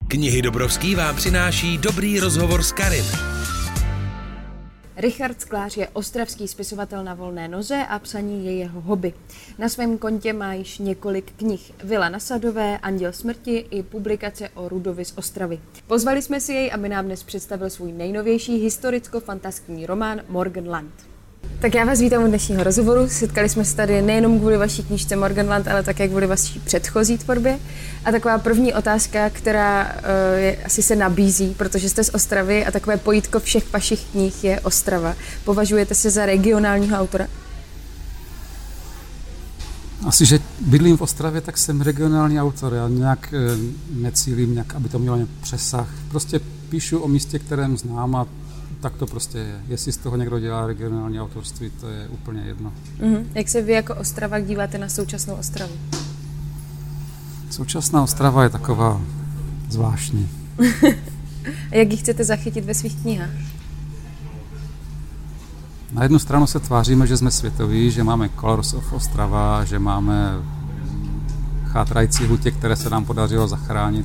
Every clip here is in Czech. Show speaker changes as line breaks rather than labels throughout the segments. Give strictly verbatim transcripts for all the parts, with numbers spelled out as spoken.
Knihy Dobrovský vám přináší dobrý rozhovor s Karin.
Richard Sklář je ostravský spisovatel na volné noze a psaní je jeho hobby. Na svém kontě má již několik knih. Vila na Sadové, Anděl smrti i publikace o Rudovi z Ostravy. Pozvali jsme si jej, aby nám dnes představil svůj nejnovější historicko-fantastický román Morganland. Tak já vás vítám u dnešního rozhovoru. Setkali jsme se tady nejenom kvůli vaší knížce Morganland, ale také kvůli vaší předchozí tvorbě. A taková první otázka, která uh, je, asi se nabízí, protože jste z Ostravy a takové pojítko všech vašich knih je Ostrava. Považujete se za regionálního autora?
Asi, že bydlím v Ostravě, tak jsem regionální autor. Já nějak e, necílím, nějak, aby to mělo přesah. Prostě píšu o místě, kterém znám a tak to prostě je. Jestli z toho někdo dělá regionální autorství, to je úplně jedno.
Mm-hmm. Jak se vy jako Ostravák díváte na současnou Ostravu?
Současná Ostrava je taková zvláštní.
A jak ji chcete zachytit ve svých knihách?
Na jednu stranu se tváříme, že jsme světoví, že máme Colors of Ostrava, že máme chátrající hutě, které se nám podařilo zachránit.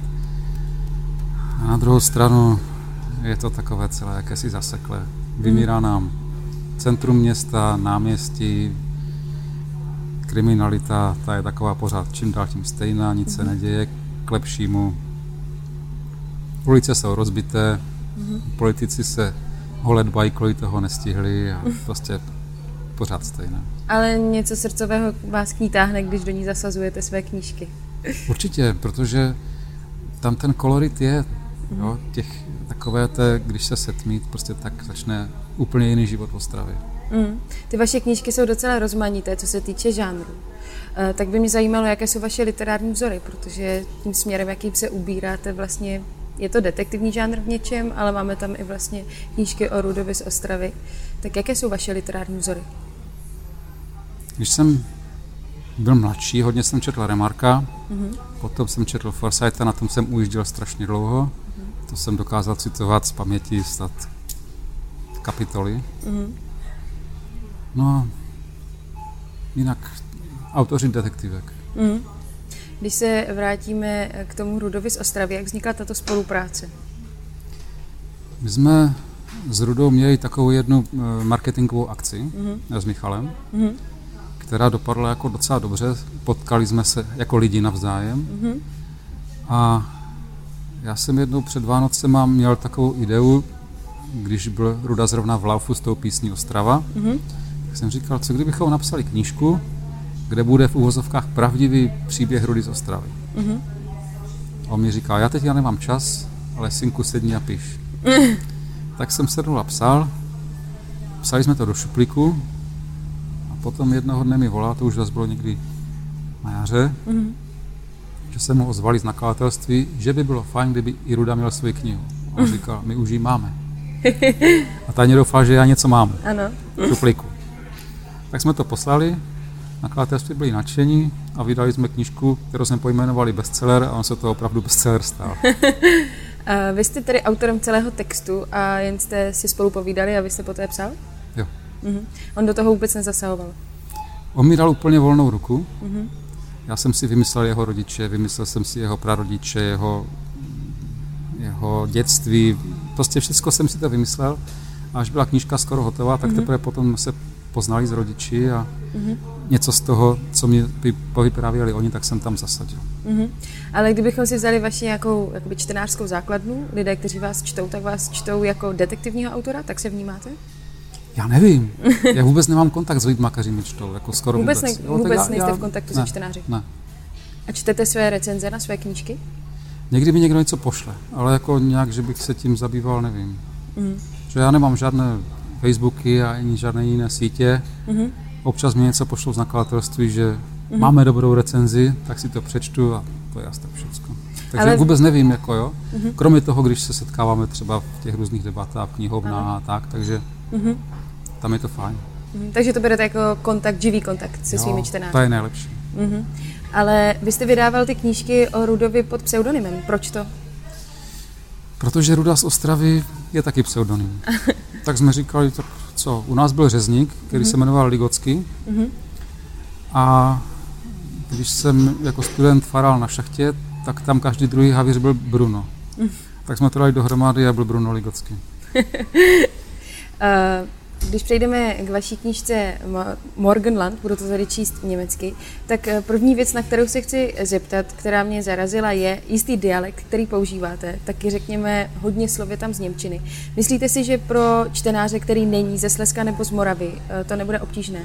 A na druhou stranu je to takové celé jakési zaseklé. Vymírá nám centrum města, náměstí, kriminalita, ta je taková pořád čím dál tím stejná, nic se neděje k lepšímu. Ulice jsou rozbité, politici se holedbají, kvůli toho nestihli a prostě pořád stejné.
Ale něco srdcového vás k ní táhne, když do ní zasazujete své knížky.
Určitě, protože tam ten kolorit je, jo, těch takové té, když se setmí, prostě tak začne úplně jiný život v Ostravě.
Mm. Ty vaše knížky jsou docela rozmanité, co se týče žánru. E, tak by mě zajímalo, jaké jsou vaše literární vzory, protože tím směrem, jakým se ubíráte, vlastně je to detektivní žánr v něčem, ale máme tam i vlastně knížky o Rudovi z Ostravy. Tak jaké jsou vaše literární vzory?
Když jsem byl mladší, hodně jsem četl Remarka,
mm-hmm.
potom jsem četl Forsytha, na tom jsem ujížděl strašně dlouho. Mm-hmm. To jsem dokázal citovat z paměti snad kapitoly. Mm-hmm. No a jinak autoři detektivek.
Mm-hmm. Když se vrátíme k tomu Rudovi z Ostravy, jak vznikla tato spolupráce?
My jsme s Rudou měli takovou jednu marketingovou akci mm-hmm. s Michalem, mm-hmm. která dopadla jako docela dobře. Potkali jsme se jako lidi navzájem. Mm-hmm. A já jsem jednou před Vánocema měl takovou ideu, když byl Ruda zrovna v laufu s tou písní Ostrava, mm-hmm. tak jsem říkal, co kdybychom napsali knížku, kde bude v uvozovkách pravdivý příběh Rudy z Ostravy. Mm-hmm. A on mi říkal, já teď já nemám čas, ale synku sedni a píš. Mm. Tak jsem sednul a psal, psali jsme to do šuplíku a potom jednoho dne mi volá, to už zase bylo někdy na jaře, mm-hmm. že se mu ozvali z nakladatelství, že by bylo fajn, kdyby i Ruda měl svoji knihu. A on říkal, my už ji máme. A tajně doufal, že já něco mám
ano.
v šuplíku. Tak jsme to poslali, nakladatelství byli nadšení a vydali jsme knížku, kterou jsme pojmenovali bestseller a on se to opravdu bestseller stal.
Vy jste tedy autorem celého textu a jen jste si spolu povídali a vy jste poté psal?
Jo.
Uh-huh. On do toho vůbec nezasahoval?
On mi dal úplně volnou ruku.
Uh-huh.
Já jsem si vymyslel jeho rodiče, vymyslel jsem si jeho prarodiče, jeho, jeho dětství. Prostě všechno jsem si to vymyslel. A až byla knížka skoro hotová, tak uh-huh. teprve potom se poznali s rodiči a uh-huh. něco z toho, co mi povyprávěli oni, tak jsem tam zasadil.
Uh-huh. Ale kdybychom si vzali vaši nějakou jakoby čtenářskou základnu, lidé, kteří vás čtou, tak vás čtou jako detektivního autora, tak se vnímáte?
Já nevím. Já vůbec nemám kontakt s lidmi, kteří mi čtou. Jako skoro
vůbec.
Vůbec,
ne,
jo,
vůbec
já,
nejste
já,
v kontaktu
ne,
se čtenáři?
Ne.
A čtete své recenze na své knížky?
Někdy mi někdo něco pošle, ale jako nějak, že bych se tím zabýval, nevím.
Uh-huh.
Že já nemám žádné Facebooky a ani žádné jiné sítě. Uh-huh. Občas mě něco pošlou z nakladatelství, že uh-huh. máme dobrou recenzi, tak si to přečtu a to je asi tak všecko. Takže ale vůbec nevím, jako jo. Uh-huh. Kromě toho, když se setkáváme třeba v těch různých debatách, knihovnách a tak, takže uh-huh. tam je to fajn.
Uh-huh. Takže to berete jako kontakt, živý kontakt se
jo,
svými čtenáři.
To je nejlepší.
Uh-huh. Ale vy jste vydával ty knížky o Rudovi pod pseudonymem. Proč to?
Protože Ruda z Ostravy je taky pseudonym. Tak jsme říkali, tak co, u nás byl řezník, který uh-huh. se jmenoval Ligocký. Uh-huh. A když jsem jako student faral na šachtě, tak tam každý druhý havíř byl Bruno. Mm. Tak jsme to dali dohromady a byl Bruno Ligotsky.
Když přejdeme k vaší knížce Morgenland, budu to tady číst německy, tak první věc, na kterou se chci zeptat, která mě zarazila, je jistý dialekt, který používáte, taky řekněme hodně slov je tam z němčiny. Myslíte si, že pro čtenáře, který není ze Slezska nebo z Moravy, to nebude obtížné?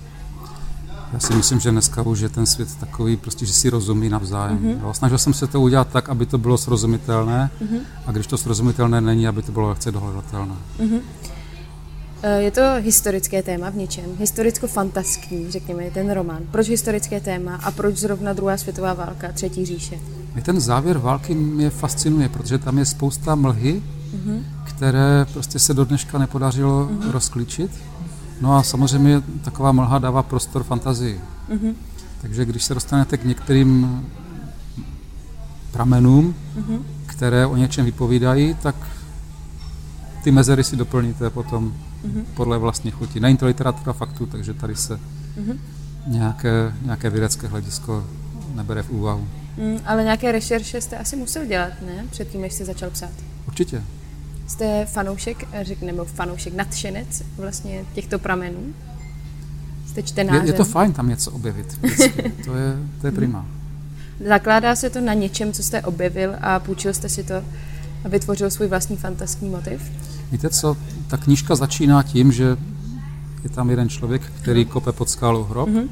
Já si myslím, že dneska už je ten svět takový, prostě, že si rozumí navzájem. Mm-hmm. Snažil jsem se to udělat tak, aby to bylo srozumitelné, mm-hmm. a když to srozumitelné není, aby to bylo lehce dohledatelné. Mm-hmm.
Je to historické téma v něčem, historicko-fantaskní, řekněme, ten román. Proč historické téma a proč zrovna druhá světová válka, třetí říše?
Ten závěr války mě fascinuje, protože tam je spousta mlhy, mm-hmm. které prostě se do dneška nepodařilo mm-hmm. rozklíčit. No a samozřejmě taková mlha dává prostor fantazii. Mm-hmm. Takže když se dostanete k některým pramenům, mm-hmm. které o něčem vypovídají, tak ty mezery si doplníte potom mm-hmm. podle vlastní chuti. Není to literatura faktů, takže tady se mm-hmm. nějaké, nějaké vědecké hledisko nebere v úvahu.
Mm, ale nějaké rešerše jste asi musel dělat, ne? Předtím, než jste začal psát.
Určitě.
Jste fanoušek, řekneme fanoušek, nadšenec vlastně těchto pramenů? Jste čtenářem?
Je, je to fajn tam něco objevit. to, je, to je prima.
Zakládá se to na něčem, co jste objevil a půjčil jste si to a vytvořil svůj vlastní fantastický motiv?
Víte co, ta knížka začíná tím, že je tam jeden člověk, který kope pod skálou hrob mm-hmm.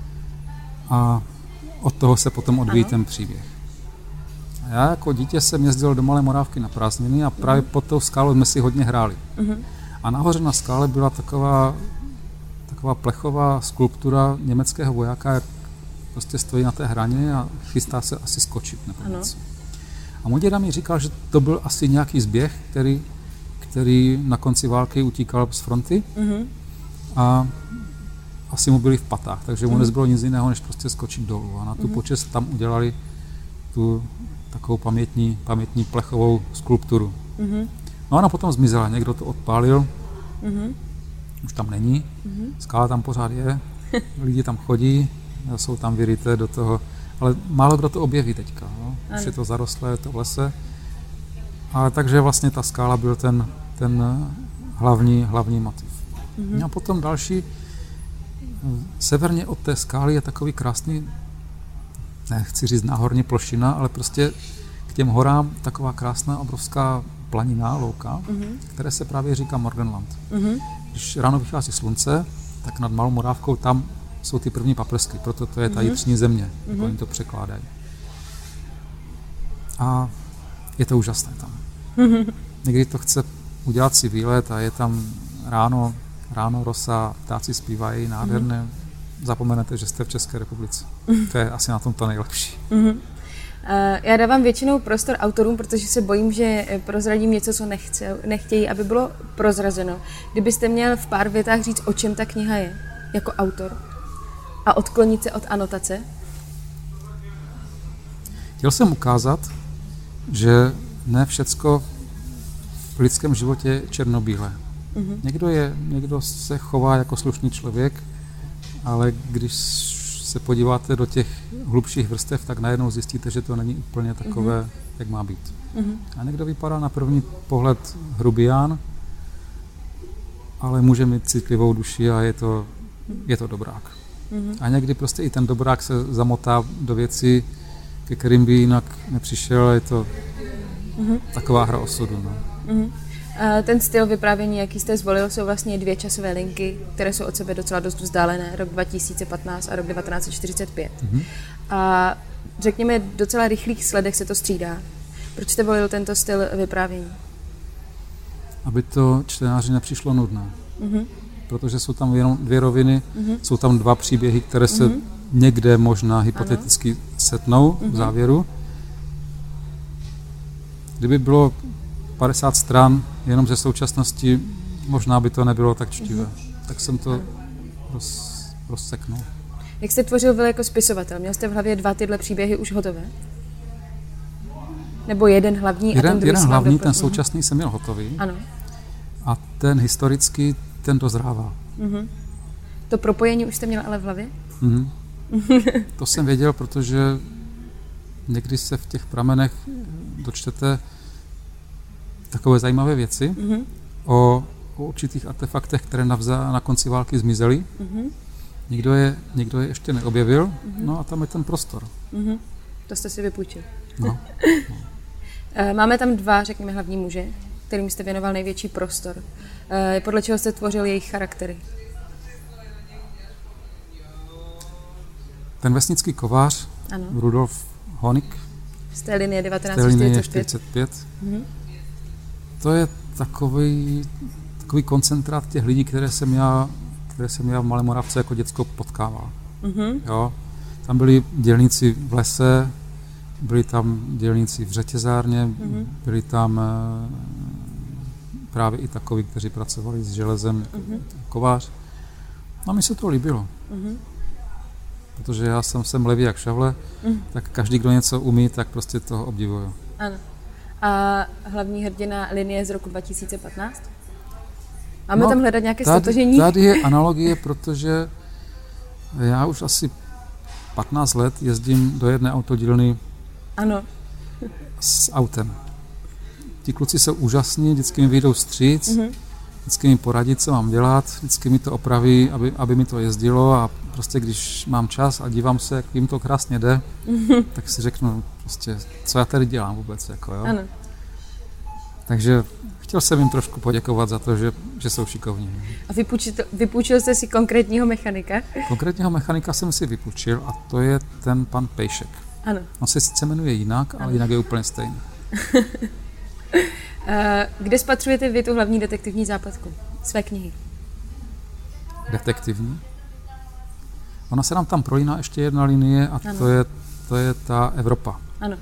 a od toho se potom odvíjí ten příběh. A já jako dítě jsem jezdil do Malé Morávky na prázdniny a právě mm-hmm. pod tou skálou jsme si hodně hráli. Mm-hmm. A nahoře na skále byla taková, taková plechová skulptura německého vojáka, jak prostě stojí na té hraně a chystá se asi skočit nebo něco. A můj děda mi říkal, že to byl asi nějaký zběh, který, který na konci války utíkal z fronty mm-hmm. a asi mu byli v patách, takže mu mm-hmm. nezbylo nic jiného, než prostě skočit dolů. A na tu mm-hmm. počest tam udělali tu takovou pamětní, pamětní plechovou skulpturu. Mm-hmm. No a ona potom zmizela, někdo to odpálil, mm-hmm. už tam není, mm-hmm. skála tam pořád je, lidi tam chodí, jsou tam vyryté do toho, ale málo kdo to objeví teďka. No? Už je to zarostlé, je to v lese. A takže vlastně ta skála byl ten, ten hlavní, hlavní motiv. Mm-hmm. A potom další, severně od té skály je takový krásný, nechci říct náhorní plošina, ale prostě k těm horám taková krásná, obrovská planina, louka, mm-hmm. které se právě říká Morgenland. Mm-hmm. Když ráno vychází slunce, tak nad Malou Morávkou tam jsou ty první paprsky, proto to je ta jitřní země, mm-hmm. jako oni to překládají. A je to úžasné tam. Mm-hmm. Někdy to chce udělat si výlet a je tam ráno, ráno rosa, ptáci zpívají, nádherné. Mm-hmm. Zapomenete, že jste v České republice. Mm-hmm. To je asi na tom to nejlepší. Mm-hmm.
Já dávám většinou prostor autorům, protože se bojím, že prozradím něco, co nechce, nechtějí, aby bylo prozrazeno. Kdybyste měl v pár větách říct, o čem ta kniha je, jako autor, a odklonit se od anotace?
Chtěl jsem ukázat, že ne všecko v lidském životě je černobílé. Mm-hmm. Někdo, je, někdo se chová jako slušný člověk, ale když se podíváte do těch hlubších vrstev, tak najednou zjistíte, že to není úplně takové, mm-hmm. jak má být. Mm-hmm. A někdo vypadá na první pohled hrubián, ale může mít citlivou duši a je to, je to dobrák. Mm-hmm. A někdy prostě i ten dobrák se zamotá do věcí, ke kterým by jinak nepřišel, je to mm-hmm. taková hra osudu. No.
Mm-hmm. A ten styl vyprávění, jaký jste zvolil, jsou vlastně dvě časové linky, které jsou od sebe docela dost vzdálené, rok dva tisíce patnáct a rok devatenáct set čtyřicet pět. Mm-hmm. A řekněme, docela rychlých sledech se to střídá. Proč jste volil tento styl vyprávění?
Aby to čtenáři nepřišlo nudné. Mm-hmm. Protože jsou tam jenom dvě roviny, mm-hmm. jsou tam dva příběhy, které se mm-hmm. někde možná hypoteticky ano. setnou mm-hmm. v závěru. Kdyby bylo padesát stran jenom ze současnosti, možná by to nebylo tak čtivé. Mm-hmm. Tak jsem to roz, rozseknul.
Jak jste tvořil vy jako spisovatel? Měl jste v hlavě dva tyhle příběhy už hotové? Nebo jeden hlavní
jeden,
a ten druhý?
Jeden hlavní, ten současný jsem měl hotový.
Ano.
A ten historický, ten dozrával.
Mm-hmm. To propojení už jste měl ale v hlavě?
Mm-hmm. To jsem věděl, protože někdy se v těch pramenech dočtete takové zajímavé věci
Mm-hmm.
o, o určitých artefaktech, které navza, na konci války zmizely.
Mm-hmm.
Nikdo je, nikdo je ještě neobjevil,
Mm-hmm.
no a tam je ten prostor.
Mm-hmm. To jste si vypůjčil.
No.
Máme tam dva, řekněme, hlavní muže, kterým jste věnoval největší prostor. Podle čeho jste tvořil jejich charaktery?
Ten vesnický kovář,
Ano.
Rudolf Honig,
Z té linie
z
devatenáct
té linie
čtyřicet pět.
čtyřicet pět,
Mhm.
to je takový, takový koncentrát těch lidí, které jsem já, které jsem já v Malé Moravce jako děcko potkával.
Mhm.
Jo? Tam byli dělníci v lese, byli tam dělníci v řetězárně,
Mhm.
byli tam e, právě i takoví, kteří pracovali s železem jako
Mhm.
kovář. No a mi se to líbilo,
Mhm.
protože já jsem, jsem levý jak šavle,
Mhm.
tak každý, kdo něco umí, tak prostě toho obdivuju.
Ano. A hlavní hrdina linie z roku dva tisíce patnáct? Máme
No,
tam hledat nějaké
Tady,
stotožení?
tady je analogie, protože já už asi patnáct let jezdím do jedné autodílny
Ano.
s autem. Ti kluci jsou úžasní, vždycky mi vyjdou vstříc,
Mhm.
vždycky mi poradí, co mám dělat, vždycky mi to opraví, aby, aby mi to jezdilo a prostě když mám čas a dívám se, jak jim to krásně jde,
Mhm.
tak si řeknu prostě, co já tady dělám vůbec. Jako, jo?
Ano.
Takže chtěl jsem jim trošku poděkovat za to, že, že jsou šikovní.
A vypůjčil, vypůjčil jste si konkrétního mechanika?
Konkrétního mechanika jsem si vypůjčil a to je ten pan Pejšek.
Ano.
On se sice jmenuje jinak, ale jinak je úplně stejný.
Kde spatřujete vy tu hlavní detektivní zápletku? Své knihy.
Detektivní. Ona se nám tam prolíná ještě jedna linie a to je, to je ta Evropa.
Ano.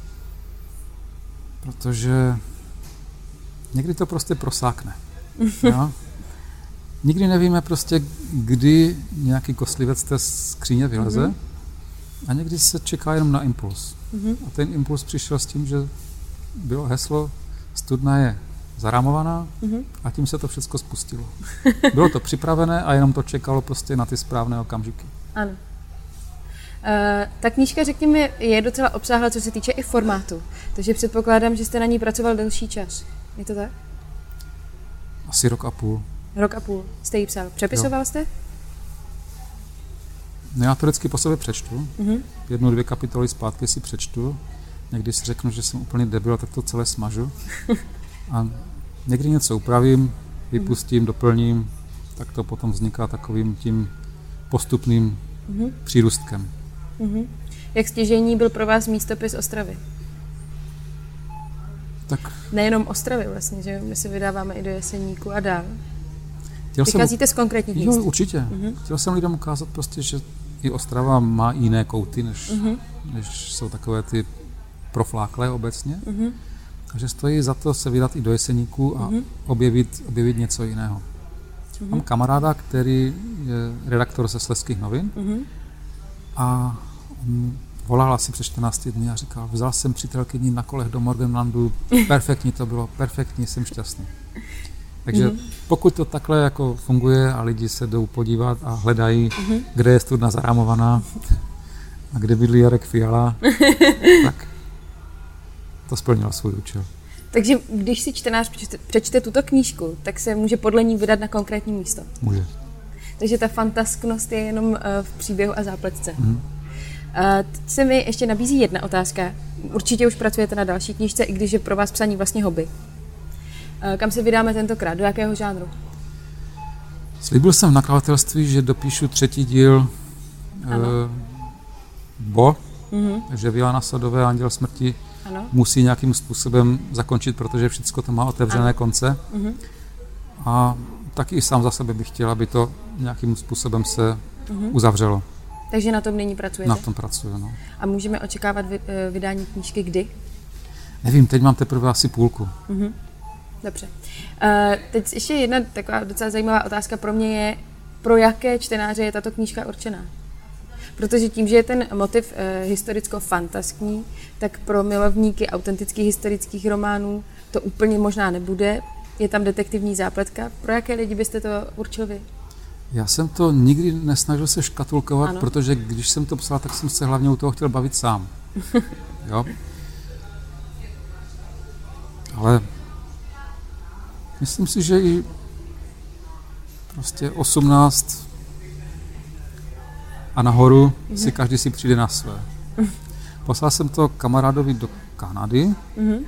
Protože někdy to prostě prosákne. Jo? Nikdy nevíme prostě, kdy nějaký kostlivec z té skříně vyleze mm-hmm. a někdy se čeká jenom na impuls.
Mm-hmm.
A ten impuls přišel s tím, že bylo heslo Studna je zarámovaná mm-hmm. a tím se to všechno spustilo. Bylo to připravené a jenom to čekalo prostě na ty správné okamžiky.
Ano. Uh, ta knížka, řekněme, je docela obsáhlá, co se týče i formátu. Takže předpokládám, že jste na ní pracoval delší čas. Je to tak?
Asi rok a půl.
Rok a půl jste ji psal. Přepisoval
jo.
jste?
No já to vždycky po sobě přečtu.
Uh-huh.
Jednu, dvě kapitoly zpátky si přečtu. Někdy si řeknu, že jsem úplně debil, tak to celé smažu. A někdy něco upravím, vypustím, uh-huh. doplním, tak to potom vzniká takovým tím postupným uh-huh. přírůstkem.
Uh-huh. Jak stěžejní byl pro vás místopis Ostravy?
Tak
nejenom Ostravy vlastně, že my se vydáváme i do Jeseníku a dál.
Chtěl
Vycházíte
jsem,
z konkrétních
jo,
míst?
určitě. Uh-huh. Chtěl jsem lidem ukázat prostě, že i Ostrava má jiné kouty, než, uh-huh. než jsou takové ty profláklé obecně. Uh-huh. Takže stojí za to se vydat i do Jeseníku a uh-huh. objevit, objevit něco jiného. Uh-huh. Mám kamaráda, který je redaktor ze Slezských novin uh-huh. a on volal asi před čtrnácti dny a říkal, vzal jsem přítelkyni na kolech do Morgenlandu, perfektní to bylo, perfektní, jsem šťastný. Takže mm-hmm. pokud to takhle jako funguje a lidi se jdou podívat a hledají, mm-hmm. kde je studna zarámovaná a kde bydlí Jarek Fiala, tak to splnilo svůj účel.
Takže když si čtenář přečte, přečte tuto knížku, tak se může podle ní vydat na konkrétní místo.
Může.
Takže ta fantasknost je jenom uh, v příběhu a zápletce.
Mm-hmm.
Uh, teď se mi ještě nabízí jedna otázka. Určitě už pracujete na další knížce, i když je pro vás psaní vlastně hobby. Uh, kam se vydáme tentokrát? Do jakého žánru?
Slíbil jsem v nakladatelství, že dopíšu třetí díl uh, Bo, mm-hmm. takže Vila na Sadové a Anděl smrti ano. musí nějakým způsobem zakončit, protože všechno to má otevřené ano. konce. Mm-hmm. A taky i sám za sebe bych chtěl, aby to nějakým způsobem se mm-hmm. uzavřelo.
Takže na tom nyní pracujete?
Na tom pracuji, no.
A můžeme očekávat vydání knížky kdy?
Nevím, teď mám teprve asi půlku.
Mm-hmm. Dobře. Uh, teď ještě jedna taková docela zajímavá otázka pro mě je, pro jaké čtenáře je tato knížka určená? Protože tím, že je ten motiv uh, historicko-fantaskní, tak pro milovníky autentických historických románů to úplně možná nebude. Je tam detektivní zápletka. Pro jaké lidi byste to určil vy?
Já jsem to nikdy nesnažil se škatulkovat,
ano.
protože když jsem to psal, tak jsem se hlavně u toho chtěl bavit sám. Jo? Ale Myslím si, že i prostě osmnáct a nahoru mm-hmm. si každý si přijde na své. Poslal jsem to kamarádovi do Kanady. Mm-hmm.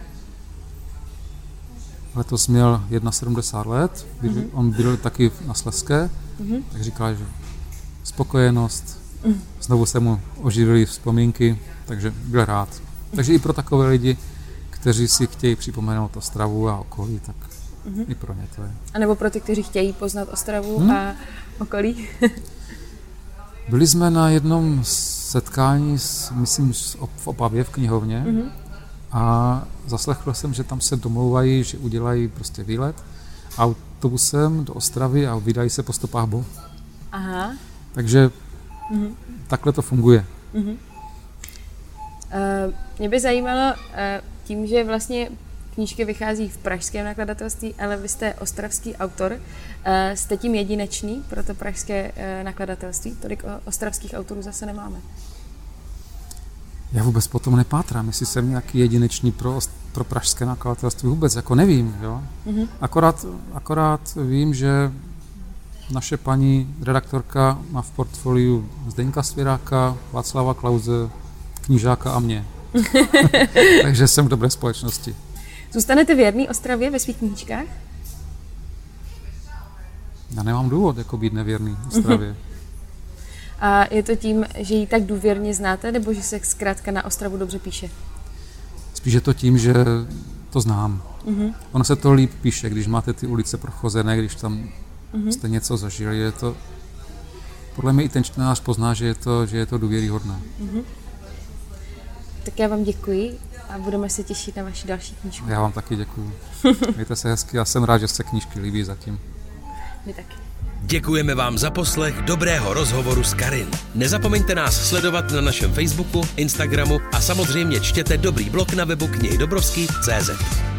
Letos měl sedmdesát jedna let, mm-hmm. on byl taky na Slezské, mm-hmm. tak říkal, že spokojenost, mm. znovu se mu oživily vzpomínky, takže byl rád. Takže i pro takové lidi, kteří si chtějí připomenout Ostravu a okolí, tak mm-hmm. i pro ně to je.
A nebo pro ty, kteří chtějí poznat Ostravu hmm. a okolí?
Byli jsme na jednom setkání, s, myslím, v Opavě v knihovně mm-hmm. a zaslechl jsem, že tam se domlouvají, že udělají prostě výlet autobusem do Ostravy a vydají se po stopách Bohu.
Aha.
Takže mm-hmm. takhle to funguje.
Mm-hmm. Uh, mě by zajímalo, uh, tím, že vlastně knížky vychází v pražském nakladatelství, ale vy jste ostravský autor, uh, jste tím jedinečný pro to pražské uh, nakladatelství? Tolik ostravských autorů zase nemáme.
Já vůbec potom nepátrám, jestli jsem nějaký jedinečný pro, pro pražské nakladatelství, vůbec jako nevím. Jo? Mm-hmm. Akorát, akorát vím, že naše paní redaktorka má v portfoliu Zdeňka Svěráka, Václava Klause, Knížáka a mě. Takže jsem v dobré společnosti.
Zůstanete věrný Ostravě ve svých knížkách?
Já nemám důvod jako být nevěrný Ostravě.
A je to tím, že ji tak důvěrně znáte, nebo že se zkrátka na Ostravu dobře píše?
Spíš je to tím, že to znám. Uh-huh. Ono se to líp píše, když máte ty ulice prochozené, když tam uh-huh. jste něco zažili. Je to, podle mě i ten čtenář pozná, že je to, že je to důvěryhodné. Uh-huh.
Tak já vám děkuji a budeme se těšit na vaši další knížku.
Já vám taky děkuji. Mějte se hezky, já jsem rád, že se knížky líbí zatím.
My taky.
Děkujeme vám za poslech dobrého rozhovoru s Karin. Nezapomeňte nás sledovat na našem Facebooku, Instagramu a samozřejmě čtěte Dobrý blog na webu knihy dobrovský tečka cé zet.